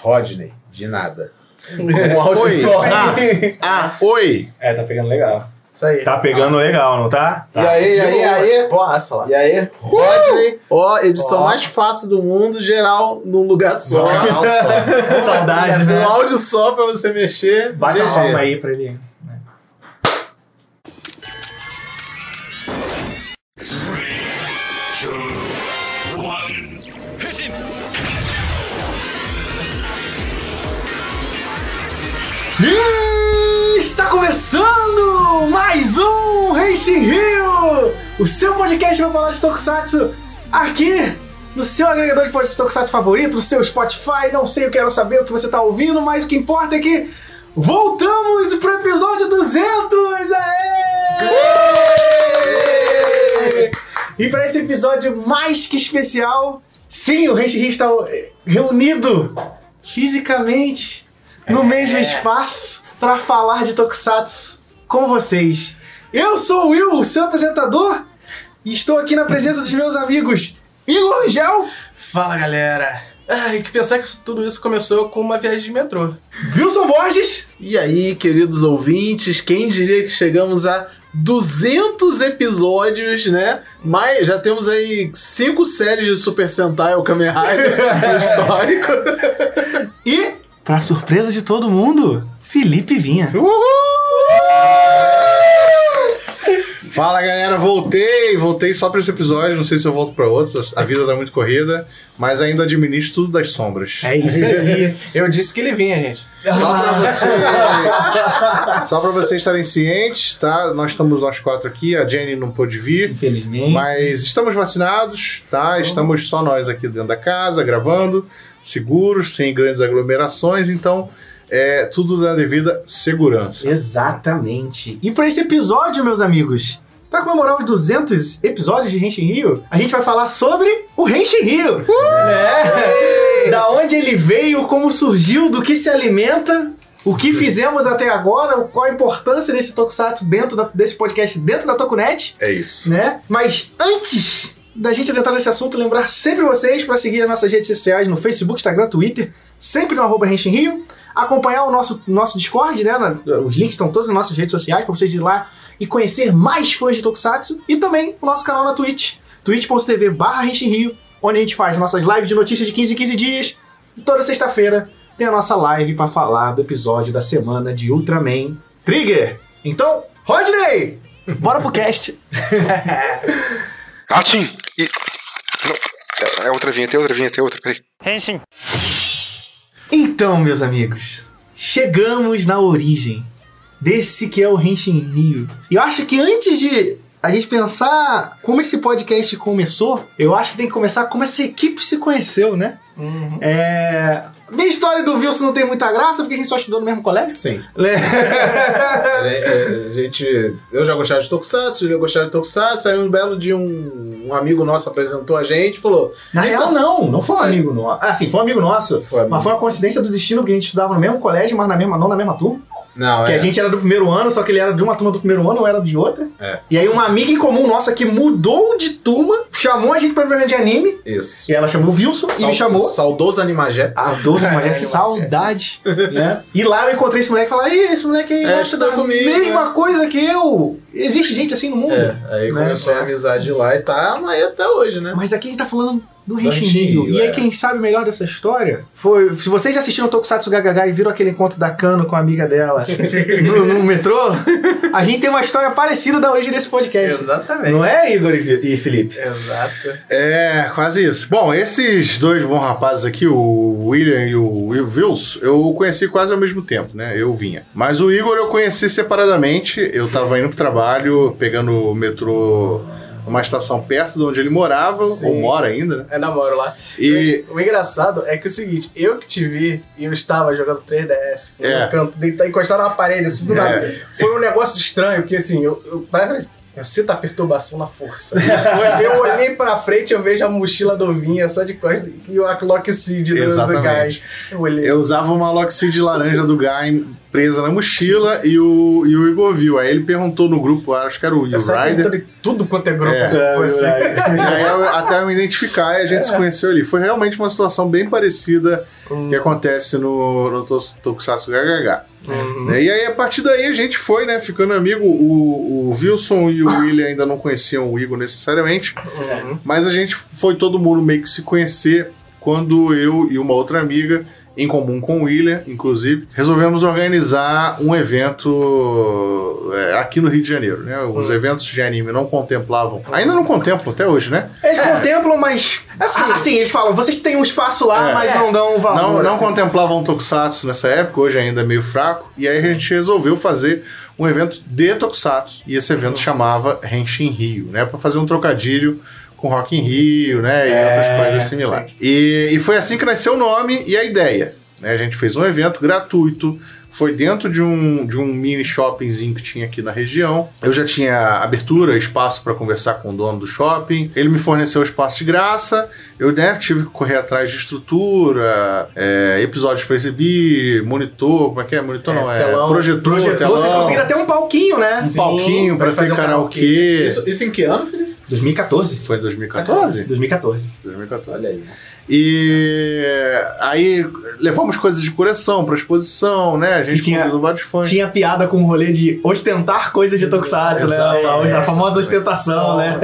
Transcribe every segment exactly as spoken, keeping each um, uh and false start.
Rodney, de nada. Um áudio Oi. só. Ah, ah, oi. É, tá pegando legal. Isso aí. Tá pegando legal, não tá? E aí, e aí, e aí? Boaça lá. E aí? Rodney, ó, edição mais fácil do mundo, geral, num lugar só. Nossa. Saudades, né? Um áudio só pra você mexer. Bate a G G. palma aí pra ele. né? E está começando mais um Henshin Rio, o seu podcast para falar de Tokusatsu aqui no seu agregador de podcast de Tokusatsu favorito, no seu Spotify. Não sei, eu quero saber o que você está ouvindo, mas o que importa é que voltamos pro episódio duzentos! Aê! E para esse episódio mais que especial, sim, o Henshin Rio está reunido fisicamente no mesmo espaço para falar de Tokusatsu com vocês. Eu sou o Will, o seu apresentador, e estou aqui na presença dos meus amigos Igor Rangel. Fala, galera. Ah, e que pensar que tudo isso começou com uma viagem de metrô. Wilson Borges. E aí, queridos ouvintes, quem diria que chegamos a duzentos episódios, né? Mas já temos aí cinco séries de Super Sentai ou Kamen Rider no histórico. E, para surpresa de todo mundo, Felipe Vinha. Fala, galera, voltei, voltei só pra esse episódio, não sei se eu volto pra outros, a vida tá muito corrida, mas ainda administro tudo das sombras. É isso aí. Eu disse que ele vinha, gente. Só pra você, só pra vocês estarem cientes, tá? Nós estamos nós quatro aqui, a Jenny não pôde vir, Infelizmente. mas estamos vacinados, tá? Estamos só nós aqui dentro da casa, gravando, seguros, sem grandes aglomerações, então é tudo na devida segurança. Exatamente. E para esse episódio, meus amigos, para comemorar os duzentos episódios de Henshin Rio, a gente vai falar sobre o Henshin Rio. Uh! É. Da onde ele veio, como surgiu, do que se alimenta, o que fizemos até agora, qual a importância desse Tokusatsu dentro da, desse podcast dentro da Tokunet, É isso. né? Mas antes da gente adentrar nesse assunto, lembrar sempre vocês para seguir as nossas redes sociais no Facebook, Instagram, Twitter, sempre no arroba Henshin Rio, acompanhar o nosso, nosso Discord, né? Os links estão todos nas nossas redes sociais para vocês ir lá e conhecer mais fãs de Tokusatsu, e também o nosso canal na Twitch, twitch ponto tv barra Henshin Rio, onde a gente faz nossas lives de notícias de quinze em quinze dias. E toda sexta-feira tem a nossa live para falar do episódio da semana de Ultraman Trigger. Então, Rodney, bora pro cast. Atim! E... Não, é outra vinheta, é outra vinheta, é outra, peraí. Henshin. Então, meus amigos, chegamos na origem desse que é o Henshin Rio. E eu acho que antes de a gente pensar como esse podcast começou, eu acho que tem que começar como essa equipe se conheceu, né? Uhum. É... Minha história do Wilson não tem muita graça, porque a gente só estudou no mesmo colégio. Sim. É, a gente, eu já gostava de Tokusatsu, ele já gostava de Tokusatsu, aí um belo dia um, um amigo nosso apresentou a gente e falou... Na então, real, não, não foi um amigo nosso. Ah, sim, foi um amigo nosso, Foi amigo. mas foi uma coincidência do destino que a gente estudava no mesmo colégio, mas na mesma, não na mesma turma. Não, Que é, a gente era do primeiro ano, só que ele era de uma turma do primeiro ano, ou era de outra. É. E aí uma amiga em comum nossa que mudou de turma, chamou a gente pra ver de anime. isso. E ela chamou o Wilson e Sal- me chamou. Saudoso Animagé. A doze, mas é saudade, né? E lá eu encontrei esse moleque e falei, ih, esse moleque aí É, gosta estudou da comigo, mesma né? coisa que eu. Existe gente assim no mundo. É, aí Né? começou a amizade lá e tá aí até hoje, né? Mas aqui a gente tá falando do Do Henshin Henshin Rio. Rio, E aí é. quem sabe melhor dessa história foi... Se vocês já assistiram Tokusatsu Gagaga e viram aquele encontro da Kano com a amiga dela no, no metrô, a gente tem uma história parecida da origem desse podcast. Exatamente. Não é, Igor e e Felipe? Exato. É, quase isso. Bom, esses dois bons rapazes aqui, o William e o Wilson, eu conheci quase ao mesmo tempo, né? Eu vinha. Mas o Igor eu conheci separadamente. Eu tava indo pro trabalho, pegando o metrô numa estação perto de onde ele morava, Sim. ou mora ainda, né? Eu namoro lá. E- O engraçado é que é o seguinte, eu que te vi e eu estava jogando três D S É. no canto, deitado, encostado na parede, assim, do É. nada. Foi um negócio estranho, porque assim, eu, eu, Eu sinto a perturbação na força. Foi, eu olhei pra frente, eu vejo a mochila do Vinha só de costas e o Lockseed do, do Exatamente. Guy. Eu olhei. Eu usava uma Lockseed laranja do Guy presa na mochila e o, e o Igor viu. Aí ele perguntou no grupo, acho que era o Eu saí Rider. perguntando em tudo quanto é grupo. É, tipo assim. E aí eu, até eu me identificar e a gente É. se conheceu ali. Foi realmente uma situação bem parecida Hum. que acontece no, no Tos- Tokusatsu H H H. Uhum. Né? E aí, a partir daí, a gente foi, né, ficando amigo. O, o Wilson e o William ainda não conheciam o Igor necessariamente, Uhum. mas a gente foi todo mundo meio que se conhecer quando eu e uma outra amiga, em comum com o William, inclusive, resolvemos organizar um evento é, aqui no Rio de Janeiro, né? Os eventos de anime não contemplavam, ainda não contemplam até hoje, né? Eles contemplam, mas. Assim, assim, eles falam, vocês têm um espaço lá, É. mas não dão valor. Não, não assim. contemplavam Tokusatsu nessa época, hoje ainda é meio fraco. E aí a gente resolveu fazer um evento de Tokusatsu. E esse evento chamava Henshin Rio, né? Pra fazer um trocadilho com Rock in Rio, né? E É, outras coisas similares. E, e foi assim que nasceu o nome e a ideia. Né? A gente fez um evento gratuito. Foi dentro de um, de um mini shoppingzinho que tinha aqui na região. Eu já tinha abertura, espaço para conversar com o dono do shopping. Ele me forneceu espaço de graça. Eu né, tive que correr atrás de estrutura, é, episódios para exibir, monitor, como é que é? Monitor É, não, é telão. projetor, Projetor, telão, vocês conseguiram até um palquinho, né? um Sim. palquinho para pra fazer ter um karaokê. Isso, isso em que ano, Felipe? dois mil e catorze. Foi em dois mil e quatorze? dois mil e catorze. dois mil e quatorze. Olha aí. E aí levamos coisas de coleção para exposição, né? A gente E tinha- convidou vários fãs. Tinha piada com o rolê de ostentar coisas de Tokusatsu, né? Exatamente. A famosa ostentação, né?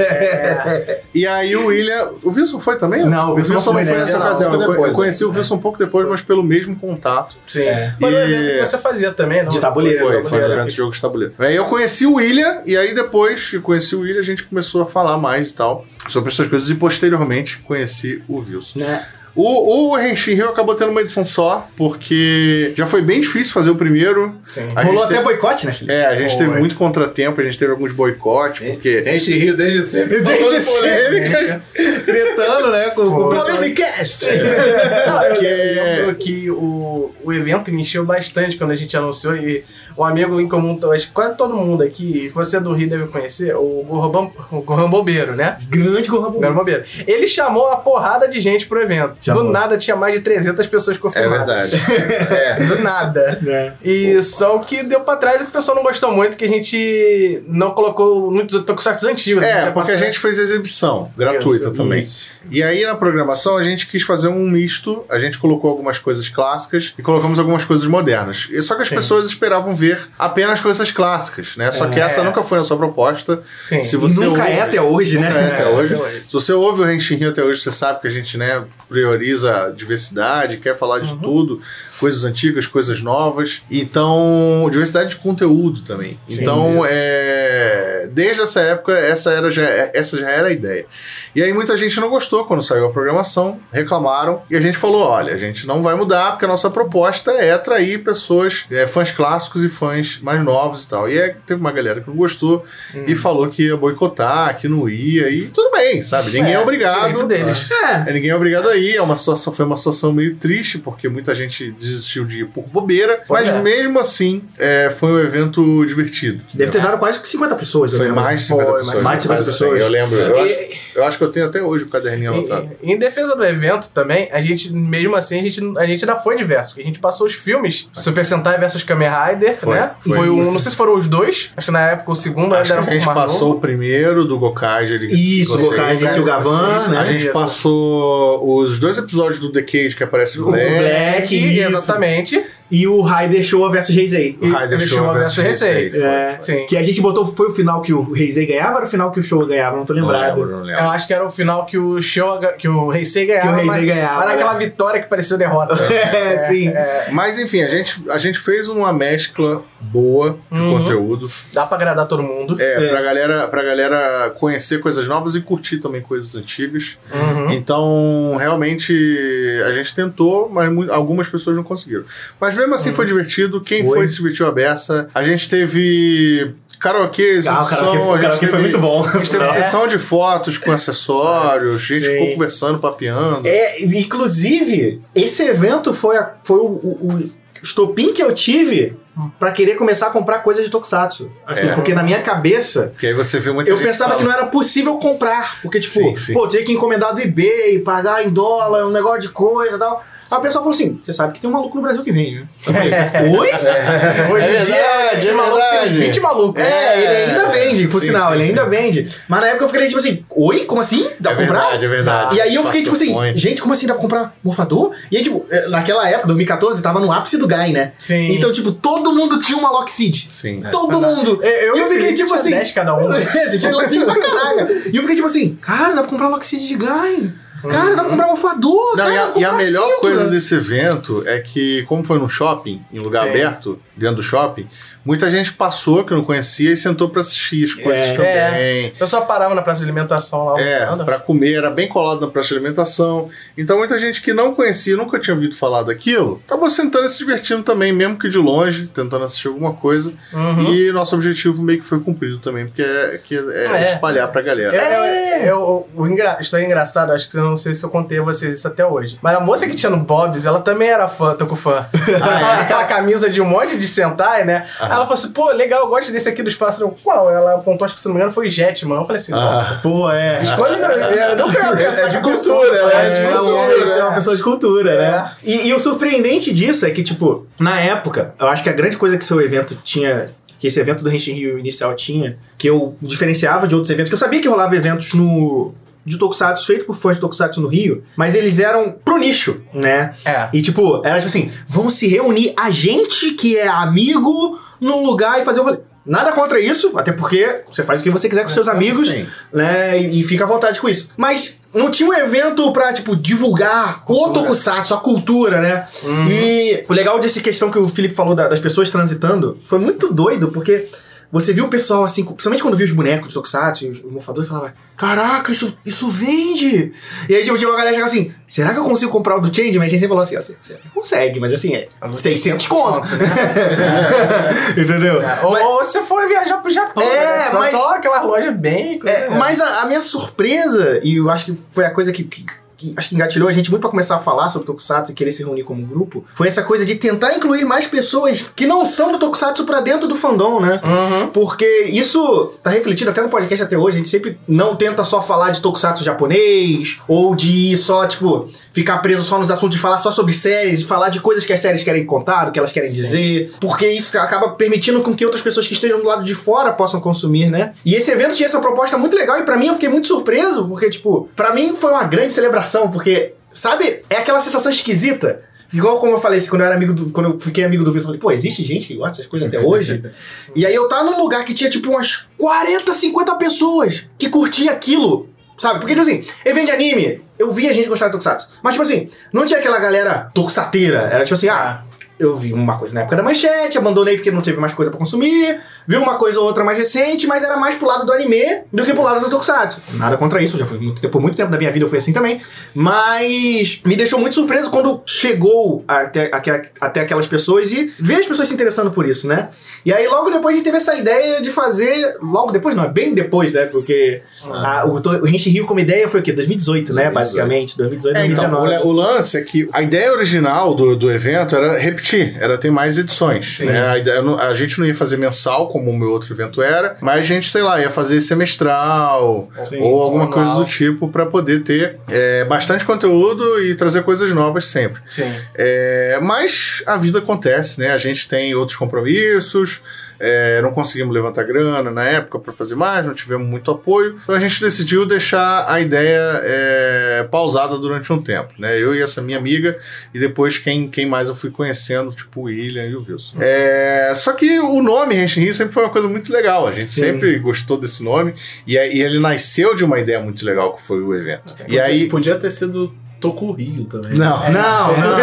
E aí o William... O Wilson foi também? Não, o Wilson não foi, né? nessa Não, ocasião. pouco Eu co- depois, eu conheci né? o Wilson um pouco depois, mas pelo mesmo contato. Sim. É. Foi no E- evento que você fazia também, não? De tabuleiro. Foi, foi no tabuleiro. evento de jogo de tabuleiro. Aí eu conheci o William, e aí depois que conheci o William, a gente começou a falar mais e tal sobre essas coisas, e posteriormente conheci o Wilson. Né? O, o Henshin Rio acabou tendo uma edição só, porque já foi bem difícil fazer o primeiro. Sim. A Rolou gente até teve- boicote, né, Felipe? É, a gente Foi. teve muito contratempo, a gente teve alguns boicotes, porque... Enche Rio desde sempre. Desde Falando polêmica. sempre. Tretando, né? Com, com... Polemicast! Não, eu Porque- lembro que o, o evento me encheu bastante quando a gente anunciou e um amigo em comum, acho que quase todo mundo aqui, você do Rio deve conhecer, o Gohan, o Gohan Bobeiro, né? Grande Gohan Gohan Bobeiro. Ele chamou uma porrada de gente pro evento. Chamou. Do nada tinha mais de trezentas pessoas É confirmadas. verdade. É. Do nada. É. E só o que deu pra trás é que o pessoal não gostou muito, que a gente não colocou muitos tokusatsu antigos. É, já porque a passou- gente fez exibição gratuita Isso, também. isso. E aí na programação a gente quis fazer um misto, a gente colocou algumas coisas clássicas e colocamos algumas coisas modernas. E só que as Sim. pessoas esperavam ver apenas coisas clássicas, né? Só que É. essa nunca foi a nossa proposta. Sim. Se E você nunca ouve- é até hoje, Nunca né? é até É, hoje. até hoje. Se você ouve o Henshin Rio até hoje, você sabe que a gente, né, prioriza a diversidade, quer falar de tudo, coisas antigas, coisas novas. Então, diversidade de conteúdo também. Sim, então, isso. é, desde essa época, essa, era já, essa já era a ideia. E aí muita gente não gostou quando saiu a programação, reclamaram, e a gente falou, olha, a gente não vai mudar, porque a nossa proposta é atrair pessoas, é, fãs clássicos e fãs mais novos e tal. E aí teve uma galera que não gostou e falou que ia boicotar, que não ia, e tudo bem, sabe? Ninguém é, obrigado. direito deles. É. É, ninguém é obrigado a ir. É uma situação, foi uma situação meio triste, porque muita gente desistiu de ir por bobeira. Pois mas é. mesmo assim, é, foi um evento divertido. Deve ter dado quase cinquenta pessoas. eu Foi lembro. mais de cinquenta Foi, pessoas. mais de cinquenta quase cem, pessoas. Eu lembro. Eu, E- acho, eu acho que eu tenho até hoje o caderninho anotado. Em, em defesa do evento também, a gente, mesmo assim, a gente, a gente ainda foi diverso. Porque a gente passou os filmes Super Sentai versus Kamen Rider, Foi, né? foi Foi, um, isso. não sei se foram os dois. Acho que na época o segundo Acho ainda que era a um gente pouco mais passou o novo. primeiro do Gokaiger. de Isso, vocês. Gokaiger e o Gavan, né? A gente Isso. passou os dois episódios do Decade que aparece o O Black. Black, isso. Exatamente. E o Raider Showa versus Heisei. O Raider Ele Showa Showa versus versus Heisei. Heisei. Foi. É, Sim. que a gente botou, foi o final que o Heisei ganhava ou era o final que o Showa ganhava? Não tô Não lembrado. lembro, não lembro. Eu acho que era o final que o show que o Heisei ganhava. Que o Heisei mas ganhava, Era né? aquela vitória que parecia derrota. É, sim. Mas enfim, a gente, a gente fez uma mescla boa de Uhum. conteúdo. Dá pra agradar todo mundo. É, É. Pra, galera, pra galera conhecer coisas novas e curtir também coisas antigas. Uhum. Então, realmente, a gente tentou, mas mu- algumas pessoas não conseguiram. Mas mesmo assim foi divertido. Quem foi, Foi. se divertiu a beça. A gente teve karaokê, exibição. Ah, o karaokê, a o gente karaokê teve, foi muito bom. A gente teve É. sessão de fotos com acessórios. A gente Sim. ficou conversando, papeando. É, inclusive, esse evento foi, a- foi o, o- o- estopim que eu tive pra querer começar a comprar coisa de Tokusatsu. Assim, É. porque na minha cabeça, Porque aí você vê muita eu gente pensava fala. que não era possível comprar. Porque, tipo, Sim, sim. pô, tinha que encomendar do eBay, pagar em dólar, um negócio de coisa e tal. Aí o pessoal falou assim, você sabe que tem um maluco no Brasil que vende, né? Eu falei, oi? Hoje em É dia, verdade, esse é maluco tem verdade. vinte malucos. É, ele ainda vende, por sim, sinal, sim, ele ainda sim. vende. Mas na época eu fiquei tipo assim, oi? Como assim? Dá É pra comprar? verdade, é verdade. E aí eu fiquei tipo assim, Point. gente, como assim dá pra comprar morfador? E aí, tipo, naquela época, dois mil e catorze, tava no ápice do Guy, né? Sim. Então, tipo, todo mundo tinha uma Lockseed. Sim. Todo mundo. Eu- eu e eu e o fiquei Felipe tipo tinha assim. dez cada um. É, você tinha Lockseed pra caraca. E eu fiquei tipo assim, cara, dá pra comprar Lockseed de Guy. Cara, dá pra comprar morfador. Não, cara, e a, dá pra e a comprar melhor cinto, coisa né? desse evento é que, como foi no shopping, em lugar Sim. aberto, dentro do shopping, muita gente passou que não conhecia e sentou pra assistir as coisas É. também. É. Eu só parava na praça de alimentação lá É, almoçando. pra comer, era bem colado na praça de alimentação. Então muita gente que não conhecia, nunca tinha ouvido falar daquilo, acabou sentando e se divertindo também, mesmo que de longe, tentando assistir alguma coisa. Uhum. E nosso objetivo meio que foi cumprido também, porque é, que é É. espalhar pra galera. Eu, eu, eu, o engra... Isso é engraçado, acho que eu não sei se eu contei a vocês isso até hoje. Mas a moça que tinha no Bob's, ela também era fã, tô com fã. Ah, é? Aquela camisa de um monte de Sentai, né? Aí ela falou assim, pô, legal, eu gosto desse aqui dos pássaros. Qual? Ela apontou, acho que se não me engano, foi Jetman. Eu falei assim, nossa. Pô, é. Escolhe não, eu não quero pensar É de que cultura, pessoa, né? É de É, cultura, você é uma né? pessoa de cultura, né? E, e o surpreendente disso é que, tipo, na época, eu acho que a grande coisa que seu evento tinha, que esse evento do Henshin Rio inicial tinha, que eu diferenciava de outros eventos, que eu sabia que rolava eventos no... de Tokusatsu, feito por fãs de Tokusatsu no Rio, mas eles eram pro nicho, né? É. E tipo, era tipo assim, vamos se reunir a gente que é amigo num lugar e fazer o rolê. Nada contra isso, até porque você faz o que você quiser com seus amigos, sim. né? E, e fica à vontade com isso. Mas não tinha um evento pra, tipo, divulgar o Tokusatsu, a cultura, né? E o legal dessa questão que o Felipe falou da- das pessoas transitando foi muito doido, porque você viu o pessoal, assim, principalmente quando viu os bonecos de Tokusatsu e os morfadores, falava, caraca, isso, isso vende! E aí tipo, tinha uma galera chegava assim, será que eu consigo comprar o do Change? Mas a gente sempre falou assim, ó, você, você consegue, mas assim, é seiscentos conto. Entendeu? É. Ou, ou você for viajar pro Japão, É, né? Só, mas- só aquela loja bem... É, mas a, a minha surpresa, e eu acho que foi a coisa que, que, que acho que engatilhou a gente muito pra começar a falar sobre Tokusatsu e querer se reunir como grupo, foi essa coisa de tentar incluir mais pessoas que não são do Tokusatsu pra dentro do fandom, né? Uhum. Porque isso tá refletido até no podcast até hoje, a gente sempre não tenta só falar de Tokusatsu japonês, ou de só, tipo, ficar preso só nos assuntos de falar só sobre séries, de falar de coisas que as séries querem contar, o que elas querem dizer, porque isso acaba permitindo com que outras pessoas que estejam do lado de fora possam consumir, né? E esse evento tinha essa proposta muito legal e pra mim eu fiquei muito surpreso, porque, tipo, pra mim foi uma grande celebração, porque, sabe, é aquela sensação esquisita. Igual como eu falei, assim, quando eu era amigo do. Quando eu fiquei amigo do Wilson, eu falei, pô, existe gente que gosta dessas coisas até hoje? E aí eu tava num lugar que tinha, tipo, umas quarenta, cinquenta pessoas que curtia aquilo. Sabe? Porque, tipo assim, evento de anime, eu via gente gostar de Tokusatsu. Mas, tipo assim, não tinha aquela galera tokusateira. Era tipo assim, ah, eu vi uma coisa na época da Manchete, abandonei porque não teve mais coisa pra consumir, vi uma coisa ou outra mais recente, mas era mais pro lado do anime do que pro lado do Tokusatsu. Nada contra isso, já foi muito tempo, por muito tempo da minha vida eu fui assim também. Mas me deixou muito surpreso quando chegou até, até, até aquelas pessoas e ver as pessoas se interessando por isso, né? E aí logo depois a gente teve essa ideia de fazer, logo depois não, é bem depois, né? Porque a, o, o Henshin Rio como ideia foi o quê? dois mil e dezoito, né? dois mil e dezoito. Basicamente, dois mil e dezoito, É, então, dois mil e dezenove. o, o lance é que a ideia original do, do evento era repetir, era ter mais edições. Né? A, ideia, a gente não ia fazer mensal, como o meu outro evento era, mas a gente, sei lá, ia fazer semestral Sim, ou alguma anual. coisa do tipo pra poder ter é, bastante conteúdo e trazer coisas novas sempre. Sim. É, mas a vida acontece, né? A gente tem outros compromissos, é, não conseguimos levantar grana na época para fazer mais, não tivemos muito apoio, então a gente decidiu deixar a ideia é, pausada durante um tempo, né? Eu e essa minha amiga, e depois quem, quem mais eu fui conhecendo, tipo o William e o Wilson. É, só que o nome Henshin Rio sempre foi uma coisa muito legal, a gente Sim. sempre gostou desse nome, e, e ele nasceu de uma ideia muito legal que foi o evento. E Podia- aí... Podia ter sido Toku Rio também. Não, não, não, não.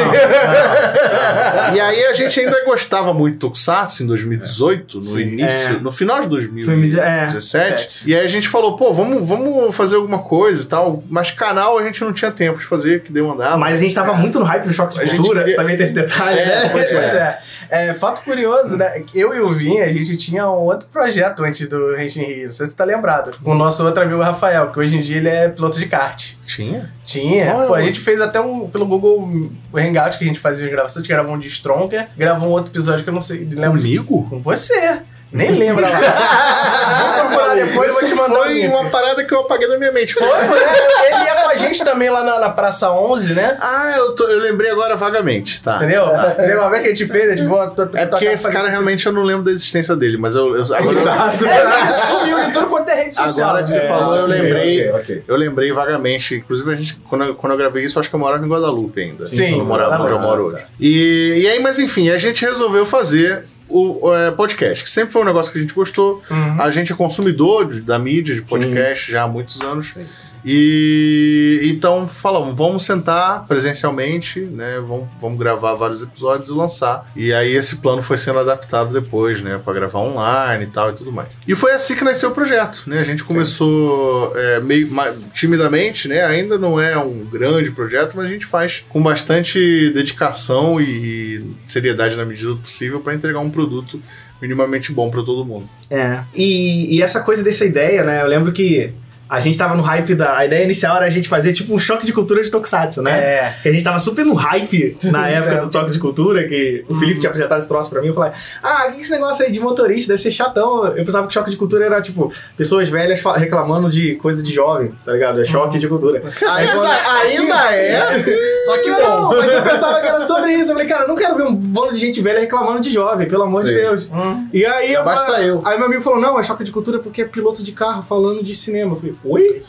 E aí a gente ainda gostava muito de Tokusatsu em dois mil e dezoito, no Sim, início, é. no final de dois mil Foi, e é, dezessete. E aí a gente falou, pô, vamos, vamos fazer alguma coisa e tal. Mas canal a gente não tinha tempo de fazer, que demandava. Mas a gente tava muito no hype do Choque A de gente Cultura, queria- também tem esse detalhe, É, né? pois Pois é. É, fato curioso, né? Eu e o Vinha, a gente tinha um outro projeto antes do Henshin Rio. Não sei se você tá lembrado. Com o nosso outro amigo Rafael, que hoje em dia ele é piloto de kart. Tinha? Tinha. Olha. Pô, a gente fez até um, pelo Google Hangout que a gente fazia as gravações, que era um de Stronger, gravou um outro episódio que eu não sei, lembro. Comigo? Com você. Nem lembra lá. Vou procurar depois e vou te mandar Foi um uma parada que eu apaguei da minha mente. Foi, foi. Ele ia com a gente também lá na, na Praça onze, né? Ah, eu, tô, eu lembrei agora vagamente, tá. Entendeu? Entendeu? Uma vez que a gente fez, a gente volta. Tô, tô, É porque tô- esse cara realmente eu não lembro da existência dele, mas eu, eu agora eu- É, ele sumiu de tudo quanto é rede social. Agora que você É, falou, eu sim, lembrei. ok, ok. Eu lembrei vagamente. Inclusive, a gente, quando, eu, quando eu gravei isso, eu acho que eu morava em Guadalupe ainda. Sim, eu morava onde eu moro ah, hoje. E, e aí, mas enfim, a gente resolveu fazer o, o, é, podcast, que sempre foi um negócio que a gente gostou. A gente é consumidor de- da mídia, de podcast, já há muitos anos. E então falamos, vamos sentar presencialmente, né? Vamos, vamos gravar vários episódios e lançar. E aí esse plano foi sendo adaptado depois, né? Pra gravar online e tal e tudo mais. E foi assim que nasceu o projeto, né? A gente começou é, meio ma- timidamente, né? Ainda não é um grande projeto, mas a gente faz com bastante dedicação e seriedade na medida do possível para entregar um produto minimamente bom para todo mundo. É. E, e essa coisa dessa ideia, né? Eu lembro que a gente tava no hype da... A ideia inicial era a gente fazer tipo um choque de cultura de Tokusatsu, né? É. Que a gente tava super no hype na época do choque de cultura, que o Felipe tinha apresentado esse troço pra mim. Eu falei, ah, o que é esse negócio aí de motorista? Deve ser chatão. Eu pensava que choque de cultura era tipo pessoas velhas fa- reclamando de coisa de jovem, tá ligado? É choque de cultura. Aí, quando- ainda é? Só que Não, bom. mas eu pensava que era sobre isso. Eu falei, cara, eu não quero ver um bando de gente velha reclamando de jovem, pelo amor de Sim. Deus. E aí eu Basta falei- eu. Aí meu amigo falou, não, é choque de cultura porque é piloto de carro falando de cinema. Eu falei, oi?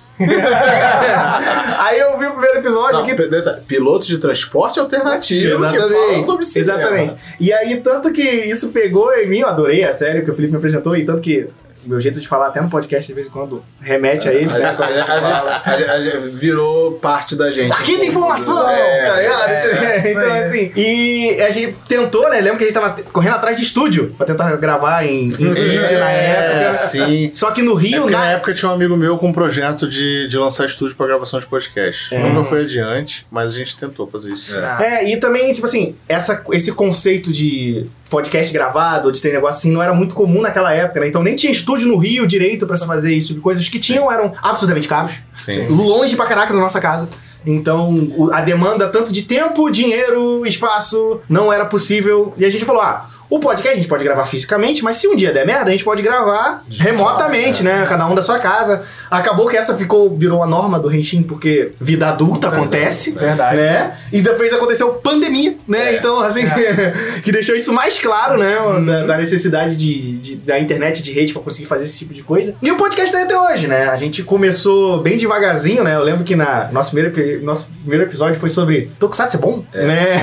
Aí eu vi o primeiro episódio Não, aqui. pe- detalhe, pilotos de transporte alternativo que falam sobre cinema. Exatamente. E aí, tanto que isso pegou em mim, eu adorei a série que o Felipe me apresentou, e tanto que o meu jeito de falar até no podcast de vez em quando remete a eles, A, né? a, Quando a gente fala. a, a, a, a, virou parte da gente. Aqui tem informação! É, tá ligado? é, então, assim. E a gente tentou, né? Lembra que a gente tava correndo atrás de estúdio pra tentar gravar em, em vídeo na época. sim. Só que no É Rio, porque na na época tinha um amigo meu com um projeto de, de lançar estúdio pra gravação de podcast. Nunca foi adiante, mas a gente tentou fazer isso. É, e também, tipo assim, essa, esse conceito de podcast gravado, de ter negócio assim, não era muito comum naquela época, né? Então nem tinha estúdio no Rio direito pra se fazer isso. De coisas que tinham eram absurdamente caros. Sim. Longe pra caraca da nossa casa. Então, o- a demanda tanto de tempo, dinheiro, espaço, não era possível. E a gente falou, ah, o podcast a gente pode gravar fisicamente, mas se um dia der merda, a gente pode gravar remotamente, né? Cada um da sua casa. Acabou que essa ficou, virou a norma do Henshin, porque vida adulta acontece, Verdade. né? E depois aconteceu pandemia, né? Então, assim, que deixou isso mais claro, né? Da, da necessidade de, de- da internet de rede pra conseguir fazer esse tipo de coisa. E o podcast tá aí até hoje, né? A gente começou bem devagarzinho, né? Eu lembro que na nosso primeiro, epi- nosso primeiro episódio foi sobre Tokusatsu é bom?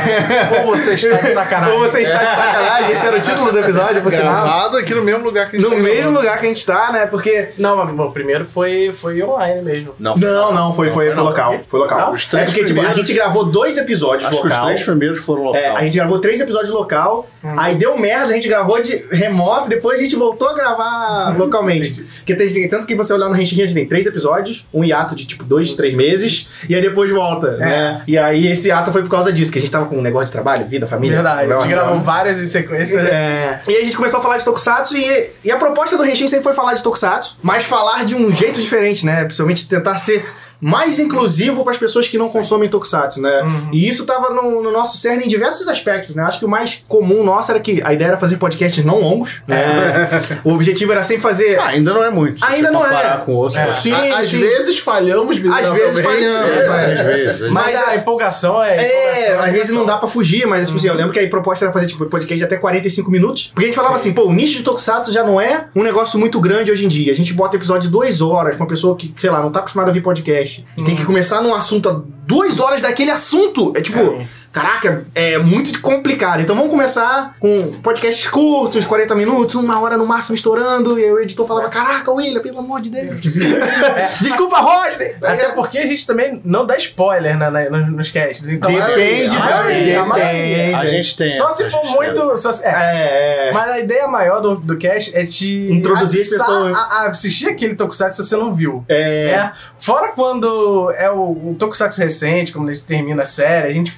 Né? Ou você está de sacanagem. Ou você está de sacanagem. Esse era o título do episódio, por sinal. Gravado aqui no mesmo lugar que a gente No tá mesmo gravando. lugar que a gente tá, né? Porque... Não, mas o primeiro foi, foi online mesmo. Não, Não, não, foi, foi, foi local. Foi local. Os três É porque, tipo, a primeiros- gente gravou dois episódios Acho que os local. três primeiros foram local. É, a gente gravou três episódios local, aí deu merda, a gente gravou de remoto, depois a gente voltou a gravar localmente. Porque tem, tanto que você olhar no Henshin, a gente tem três episódios, um hiato de tipo dois, três meses, e aí depois volta, né? E aí esse hiato foi por causa disso, que a gente tava com um negócio de trabalho, vida, família. Verdade. A gente relação. gravou várias em sequência. É. E aí a gente começou a falar de Tokusatsu e, e a proposta do Henshin sempre foi falar de Tokusatsu, mas falar de um jeito diferente, né? Principalmente tentar ser mais inclusivo para as pessoas que não consomem Tokusatsu, né? E isso tava no, no nosso cerne em diversos aspectos, né? Acho que o mais comum nosso era que a ideia era fazer podcasts não longos, né? O objetivo era sempre fazer... Ah, ainda não é muito. Se Ainda você não comparar é. com outros. É. né? Sim, A- Às sim. vezes falhamos Às vezes miseravelmente. falhamos, É. Às vezes. Mas, Mas a a- empolgação é. É, empolgação, às vezes empolgação. não dá pra fugir, mas tipo assim, eu lembro que a proposta era fazer tipo podcast de até quarenta e cinco minutos. Porque a gente falava assim, pô, o nicho de Tokusatsu já não é um negócio muito grande hoje em dia. A gente bota episódio de duas horas pra uma pessoa que, sei lá, não tá acostumada a ouvir podcast. E tem que começar num assunto a duas horas daquele assunto. É tipo, caraca, é muito complicado. Então vamos começar com podcasts curtos, quarenta minutos, uma hora no máximo estourando. E aí o editor falava, caraca, William, pelo amor de Deus. Desculpa, Rodney. Até porque a gente também não dá spoiler na, na- nos, nos casts. Então, Depende, a da- maioria, a depende. maioria. A gente tem. Só se a for gente muito. Só se- é. É, é. Mas a ideia maior do, do cast é te Introduzir as atiçar pessoas. A, a assistir aquele Tokusatsu se você não viu. É. Fora quando é o, o Tokusatsu recente, quando a gente termina a série, a gente fala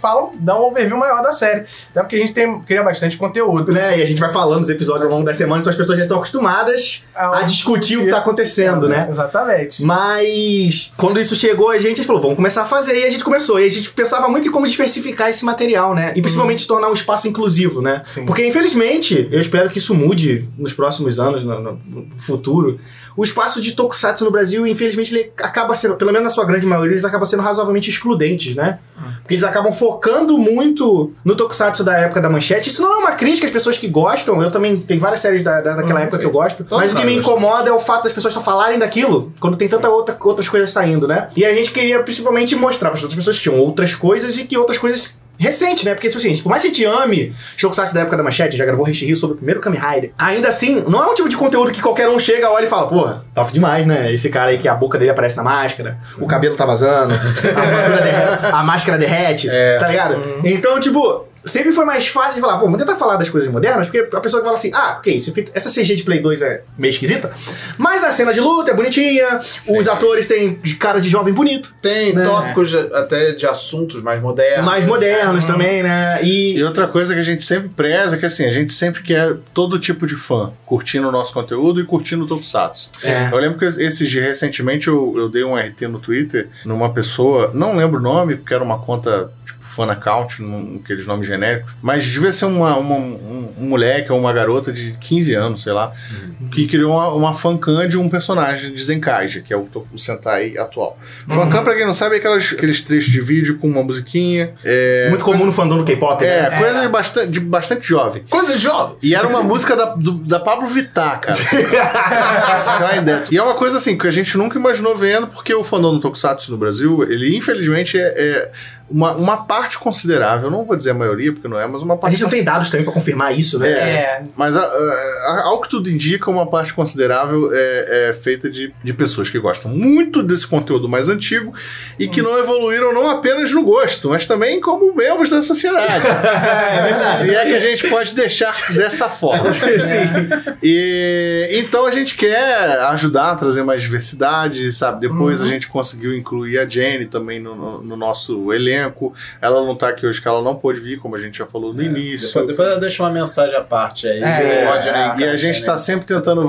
dar um overview maior da série. Até porque a gente tem, cria bastante conteúdo. Né? E a gente vai falando dos episódios ao longo da semana, então as pessoas já estão acostumadas a discutir o que tá acontecendo, né? Exatamente. Mas quando isso chegou, a gente, a gente falou, vamos começar a fazer. E a gente começou. E a gente pensava muito em como diversificar esse material, né? E principalmente tornar um espaço inclusivo, né? Sim. Porque, infelizmente, eu espero que isso mude nos próximos anos, no, no, no futuro. O espaço de tokusatsu no Brasil, infelizmente, ele acaba sendo, pelo menos na sua grande maioria, eles acabam sendo razoavelmente excludentes, né? Porque eles acabam focando muito no tokusatsu da época da Manchete. Isso não é uma crítica às pessoas que gostam. Eu também, tem várias séries da, da, daquela Hum, época sim. que eu gosto. Todos Mas o que me nós incomoda é o fato das pessoas só falarem daquilo quando tem tanta outra, outras coisas saindo, né? E a gente queria principalmente mostrar para as outras pessoas que tinham outras coisas e que outras coisas recente, né? Porque, tipo assim, por mais que a gente ame Tokusatsu da época da Manchete, já gravou Henshin Rio sobre o primeiro Kamen Rider, ainda assim, não é um tipo de conteúdo que qualquer um chega, olha e fala, porra, top demais, né? Esse cara aí que a boca dele aparece na máscara, o cabelo tá vazando, a, armadura derrete, a máscara derrete, tá ligado? Uhum. Então, tipo, sempre foi mais fácil de falar, pô, vamos tentar falar das coisas modernas, porque a pessoa que fala assim, ah, ok, essa C G de Play dois é meio esquisita, mas a cena de luta é bonitinha, sim, os atores têm cara de jovem bonito. Tem né? tópicos até de assuntos mais modernos. Mais modernos né? também, né? E... e outra coisa que a gente sempre preza é que, assim, a gente sempre quer todo tipo de fã curtindo o nosso conteúdo e curtindo o Tokusatsu. É. Eu lembro que esses dias, recentemente, eu, eu dei um R T no Twitter numa pessoa, não lembro o nome, porque era uma conta, tipo, fan account, num, aqueles nomes genéricos, mas devia ser uma, uma, um, um moleque ou uma garota de quinze anos, sei lá, uhum. que criou uma, uma fancam de um personagem de Zenkaija, que é o, o Sentai atual. Uhum. Fancam, pra quem não sabe, é aquelas, aqueles trechos de vídeo com uma musiquinha. É, muito comum no fandom do K-pop, é, né? coisa é. De, bastante, de bastante jovem. Coisa de jovem! E era uma música da, do, da Pablo Vittar, cara. E é uma coisa assim, que a gente nunca imaginou vendo, porque o fandom do Tokusatsu no Brasil, ele infelizmente é... é Uma, uma parte considerável, não vou dizer a maioria, porque não é, mas uma parte... A gente não tem dados também pra confirmar isso, né? É, é. Mas a, a, ao que tudo indica, uma parte considerável é, é feita de, de pessoas que gostam muito desse conteúdo mais antigo e que hum. não evoluíram não apenas no gosto, mas também como membros da sociedade. É verdade. E é que a gente pode deixar dessa forma. Sim. E, então a gente quer ajudar a trazer mais diversidade, sabe? Depois uhum. a gente conseguiu incluir a Jenny também no, no, no nosso elenco. Ela não tá aqui hoje, que ela não pôde vir, como a gente já falou no é, início. Depois, depois eu deixo uma mensagem à parte aí. É, pode, né, e a gente tá sempre tentando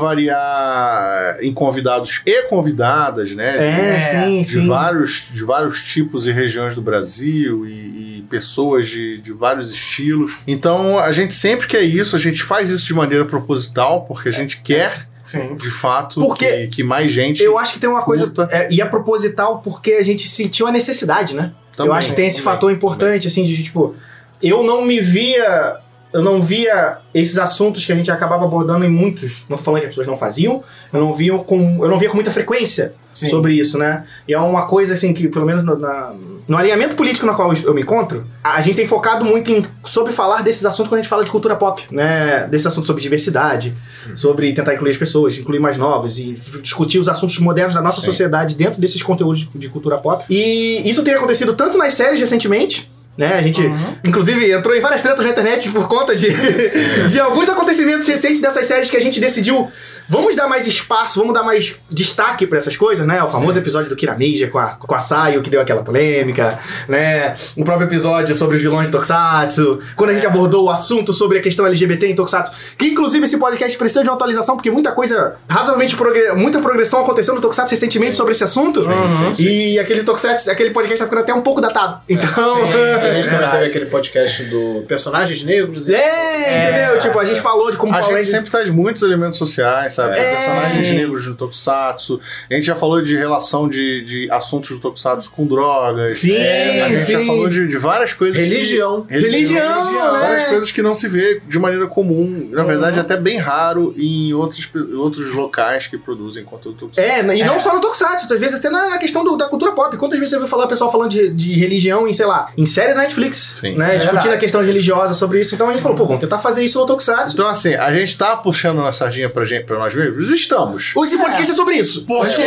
variar em convidados e convidadas, né? De, é, sim, de sim. Vários, de vários tipos e regiões do Brasil e, e pessoas de, de vários estilos. Então, a gente sempre quer isso, a gente faz isso de maneira proposital, porque a gente quer... Sim. De fato, porque que, que mais gente... Eu acho que tem uma coisa... É, e é proposital porque a gente sentiu a necessidade, né? Também, eu acho que tem esse também, fator importante, também. assim, de tipo... Eu não me via... Eu não via esses assuntos que a gente acabava abordando em muitos... Não tô falando que as pessoas não faziam. Eu não via com, eu não via com muita frequência Sim. sobre isso, né? E é uma coisa, assim, que pelo menos no, na, no alinhamento político no qual eu me encontro, a gente tem focado muito em sobre falar desses assuntos quando a gente fala de cultura pop, né? Desses assuntos sobre diversidade, hum. sobre tentar incluir as pessoas, incluir mais novos e discutir os assuntos modernos da nossa Sim. sociedade dentro desses conteúdos de, de cultura pop. E isso tem acontecido tanto nas séries recentemente... Né? A gente, uhum. inclusive, entrou em várias tretas na internet por conta de, de alguns acontecimentos recentes dessas séries que a gente decidiu, vamos dar mais espaço, vamos dar mais destaque pra essas coisas, né? O famoso Sim. episódio do Kirameija com a, com a Sayo, que deu aquela polêmica, né? O próprio episódio sobre os vilões de Tokusatsu, quando a gente abordou o assunto sobre a questão L G B T em Tokusatsu, que inclusive esse podcast precisa de uma atualização, porque muita coisa, razoavelmente, progre- muita progressão aconteceu no Tokusatsu recentemente Sim. sobre esse assunto, Sim, uhum. sim, sim. e aquele Tokusatsu, aquele podcast tá ficando até um pouco datado. Então... É. A gente também teve aquele podcast do personagens negros. É, é entendeu? É, tipo, a gente falou de como... A gente sempre traz muitos elementos sociais, sabe? É. Personagens negros no Tokusatsu. A gente já falou de relação de, de assuntos do Tokusatsu com drogas. Sim, é, A gente sim. já falou de, de várias coisas... Religião. Que, religião, religião, né? Várias coisas que não se vê de maneira comum. Na verdade, uhum. até bem raro em outros, outros locais que produzem conteúdo Tokusatsu. É, e não é. só no Tokusatsu. Às vezes até na, na questão do, da cultura pop. Quantas vezes você viu falar o pessoal falando de, de religião em, sei lá, em série da Netflix? Sim. Né? É discutindo verdade. a questão religiosa sobre isso. Então a gente falou, pô, vamos tentar fazer isso no Tokusatsu. Então, assim, a gente tá puxando a sardinha pra, gente, pra nós mesmos? Estamos. Esse podcast é, é sobre isso. Por quê?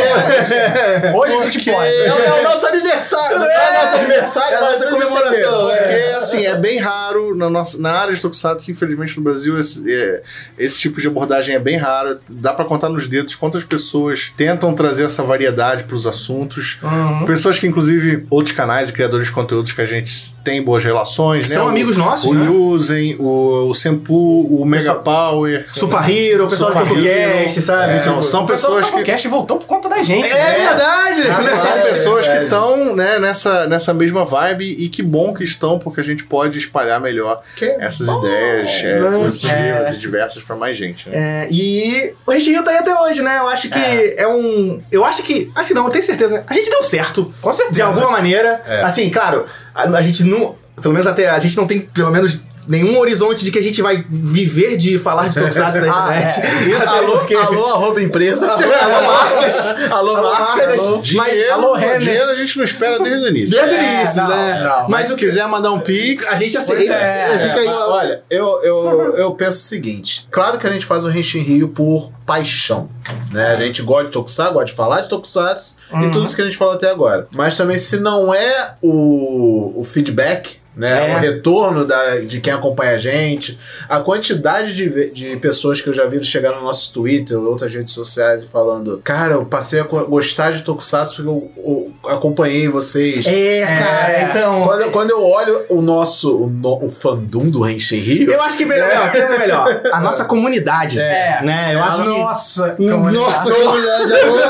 É. Hoje a gente pode. É, é o nosso aniversário. Não é o nosso aniversário, é mas é a comemoração. Porque, É. assim, é bem raro na, nossa, na área de Tokusatsu, infelizmente no Brasil, esse, é, esse tipo de abordagem é bem raro. Dá pra contar nos dedos quantas pessoas tentam trazer essa variedade pros assuntos. Uhum. Pessoas que, inclusive, outros canais e criadores de conteúdos que a gente tem boas relações, né? São o, amigos nossos, o né? Yuzen, o, o Sempu, o Mega Power. Super Hero, o pessoal do Super TokuCast, sabe? É, Tipo, são O pessoal pessoas do que... podcast voltou por conta da gente. É né? verdade! Ah, são É, pessoas é, que estão, né, nessa, nessa mesma vibe, e que bom que estão, porque a gente pode espalhar melhor Que essas ideias é, né? positivas É. e diversas pra mais gente, né? É, e o Regirio tá aí até hoje, né? Eu acho que é. é um. Eu acho que. Assim, não, eu tenho certeza. A gente deu certo. Com certeza. De alguma maneira. É. Assim, claro, a, a gente não. Pelo menos até. A gente não tem, pelo menos. Nenhum horizonte de que a gente vai viver de falar de Tokusatsu na internet. é. Isso, Alô, porque- alô, arroba empresa. Alô, marcas. Alô, Alô, marcas. marcas. Mas, Dinheiro, alô, Renner. dinheiro a gente não espera desde o início. desde o É, início, não, né? não. Mas Mas se o que quiser mandar um pix, a gente aceita. é, Fica aí. É, mas, olha, eu, eu, eu penso o seguinte. Claro que a gente faz o Henshin Rio por paixão, né? A gente gosta de Tokusatsu, gosta de falar de Tokusatsu e tudo isso que a gente falou até agora. Mas também se não é o, o feedback, né? É. O retorno da, de quem acompanha a gente, a quantidade de, ve- de pessoas que eu já vi chegar no nosso Twitter ou outras redes sociais e falando, cara, eu passei a co- gostar de Tokusatsu porque eu, eu acompanhei vocês. É, cara, É. então. Quando, quando eu olho o nosso o, no, o fandom do Henshin Rio, Eu acho que melhor, É. melhor, melhor. A nossa comunidade. É. Né? Eu É, acho que. Nossa, Nossa, comunidade,